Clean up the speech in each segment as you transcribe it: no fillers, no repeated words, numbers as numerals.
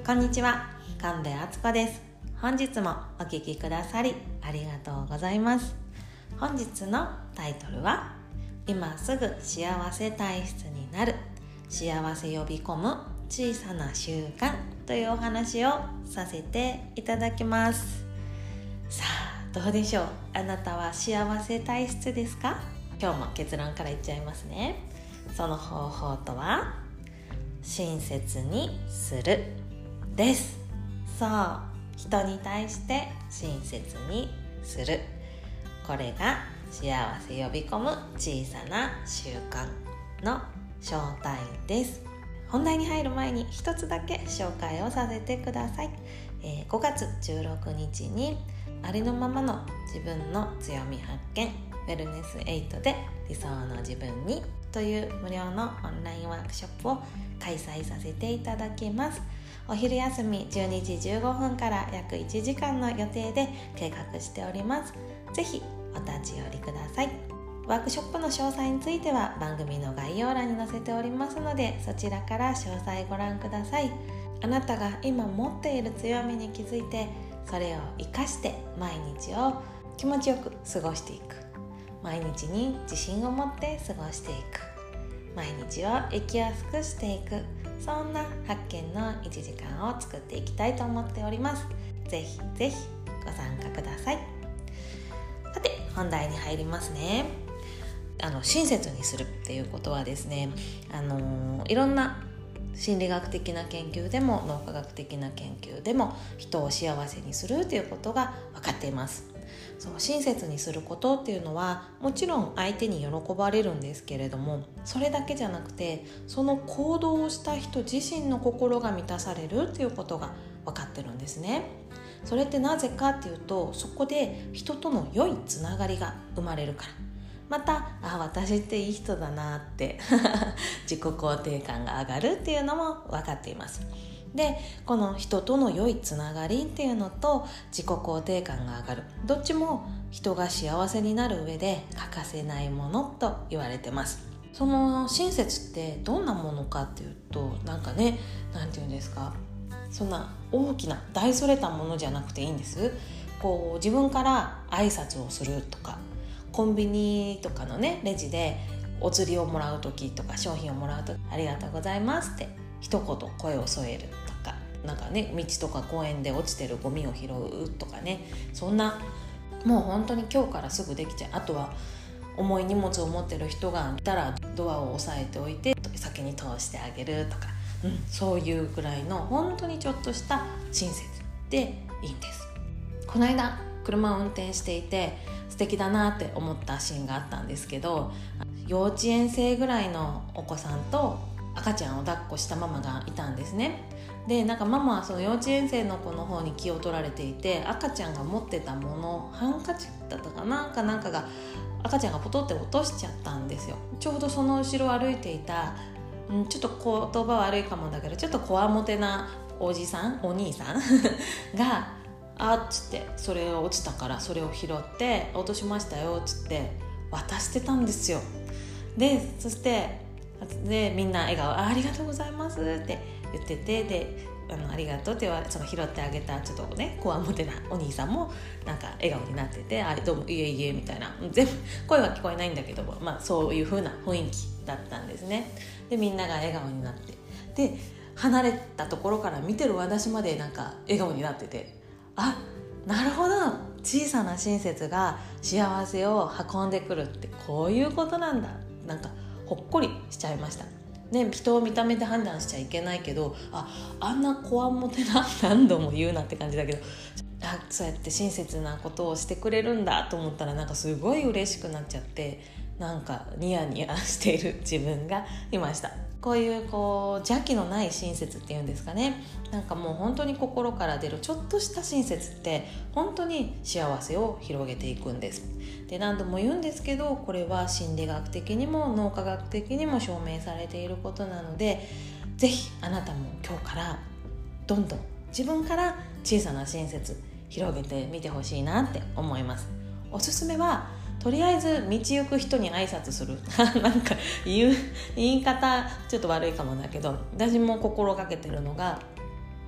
こんにちは、神戸敦子です。本日もお聞きくださりありがとうございます。本日のタイトルは、今すぐ幸せ体質になる、幸せ呼び込む小さな習慣というお話をさせていただきます。さあ、どうでしょう。あなたは幸せ体質ですか？今日も結論から言っちゃいますね。その方法とは、親切にするです。そう、人に対して親切にする、これが幸せ呼び込む小さな習慣の正体です。本題に入る前に一つだけ紹介をさせてください。5月16日にありのままの自分の強み発見ウェルネス8で理想の自分にという無料のオンラインワークショップを開催させていただきます。お昼休み12時15分から約1時間の予定で計画しております。ぜひお立ち寄りください。ワークショップの詳細については番組の概要欄に載せておりますので、そちらから詳細ご覧ください。あなたが今持っている強みに気づいて、それを生かして毎日を気持ちよく過ごしていく、毎日に自信を持って過ごしていく、毎日を生きやすくしていく、そんな発見の1時間を作っていきたいと思っております。ぜひぜひご参加ください。さて、本題に入りますね。親切にするっていうことはですね、いろんな心理学的な研究でも脳科学的な研究でも人を幸せにするということが分かっています。そう、親切にすることっていうのはもちろん相手に喜ばれるんですけれども、それだけじゃなくて、その行動をした人自身の心が満たされるっていうことが分かってるんですね。それってなぜかっていうと、そこで人との良いつながりが生まれるから、また私っていい人だなって自己肯定感が上がるっていうのも分かっています。で、この人との良いつながりっていうのと自己肯定感が上がる、どっちも人が幸せになる上で欠かせないものと言われてます。その親切ってどんなものかっていうと、なんていうんですか、そんな大きな大それたものじゃなくていいんです。自分から挨拶をするとか、コンビニとかのねレジでお釣りをもらう時とか、商品をもらう時、ありがとうございますって一言声を添えるとか、道とか公園で落ちてるゴミを拾うとかね、そんなもう本当に今日からすぐできちゃう。あとは重い荷物を持ってる人がいたらドアを押さえておいて先に通してあげるとか、そういうくらいの本当にちょっとした親切でいいんです。この間車を運転していて素敵だなって思ったシーンがあったんですけど、幼稚園生ぐらいのお子さんと赤ちゃんを抱っこしたママがいたんですね。で、ママはその幼稚園生の子の方に気を取られていて、赤ちゃんが持ってたもの、ハンカチだったかなんかが赤ちゃんがポトって落としちゃったんですよ。ちょうどその後ろを歩いていた、ちょっと言葉悪いかもだけど、ちょっとこわもてなお兄さんがっつって、それが落ちたからそれを拾って落としましたよっつって渡してたんですよ。で、そしてみんな笑顔、ありがとうございますって言ってて、でありがとうってその拾ってあげたちょっとねこわもてなお兄さんも笑顔になってて、どうもいえいえみたいな、全部声は聞こえないんだけども、そういう風な雰囲気だったんですね。で、みんなが笑顔になって、で離れたところから見てる私まで笑顔になってて、なるほど、小さな親切が幸せを運んでくるってこういうことなんだ、ほっこりしちゃいましたね。人を見た目で判断しちゃいけないけど、あんなこわもてな何度も言うなって感じだけど、そうやって親切なことをしてくれるんだと思ったらすごい嬉しくなっちゃって、ニヤニヤしている自分がいました。こういう邪気のない親切っていうんですかね、もう本当に心から出るちょっとした親切って本当に幸せを広げていくんです。で、何度も言うんですけど、これは心理学的にも脳科学的にも証明されていることなので、ぜひあなたも今日からどんどん自分から小さな親切広げてみてほしいなって思います。おすすめはとりあえず道行く人に挨拶する言い方ちょっと悪いかもだけど、私も心がけてるのが、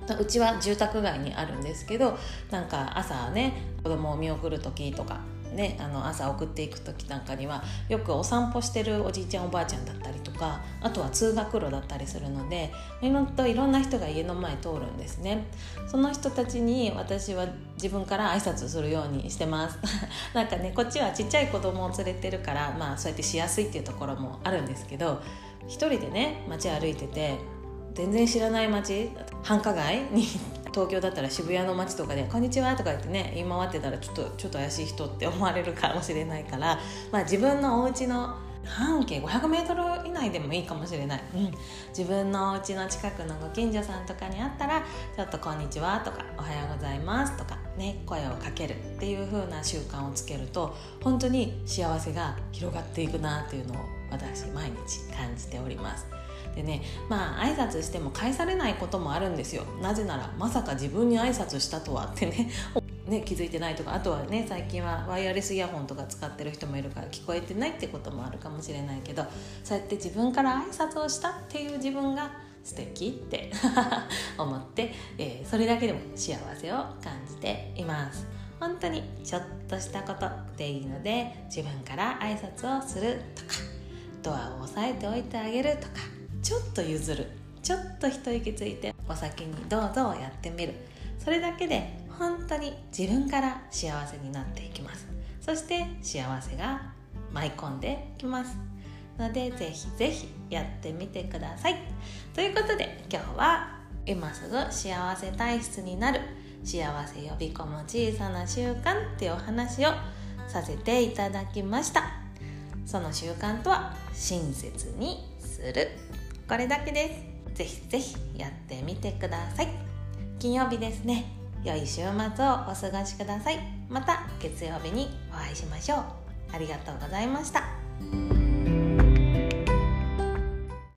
うちは住宅街にあるんですけど、なんか朝ね子供を見送る時とかね、朝送っていく時なんかにはよくお散歩してるおじいちゃんおばあちゃんだったりとか、あとは通学路だったりするので、いろんな人が家の前通るんですね。その人たちに私は自分から挨拶するようにしてますなんかね、こっちはちっちゃい子供を連れてるから、そうやってしやすいっていうところもあるんですけど、一人でね街歩いてて、全然知らない街、繁華街に東京だったら渋谷の街とかでこんにちはとか言ってね言い回ってたらちょっと怪しい人って思われるかもしれないから、自分のお家の半径500メートル以内でもいいかもしれない、自分のお家の近くのご近所さんとかにあったらちょっとこんにちはとかおはようございますとかね、声をかけるっていう風な習慣をつけると本当に幸せが広がっていくなっていうのを私毎日感じております。でね、挨拶しても返されないこともあるんですよ。なぜならまさか自分に挨拶したとはってね気づいてないとか、あとはね最近はワイヤレスイヤホンとか使ってる人もいるから聞こえてないってこともあるかもしれないけど、そうやって自分から挨拶をしたっていう自分が素敵って思って、それだけでも幸せを感じています。本当にちょっとしたことでいいので、自分から挨拶をするとか、ドアを押さえておいてあげるとか、ちょっと譲る、ちょっと一息ついてお先にどうぞをやってみる。それだけで本当に自分から幸せになっていきます。そして幸せが舞い込んできますので、ぜひぜひやってみてください。ということで今日は今すぐ幸せ体質になる、幸せ呼び込む小さな習慣っていうお話をさせていただきました。その習慣とは親切にする、これだけです。ぜひぜひやってみてください。金曜日ですね。良い週末をお過ごしください。また月曜日にお会いしましょう。ありがとうございました。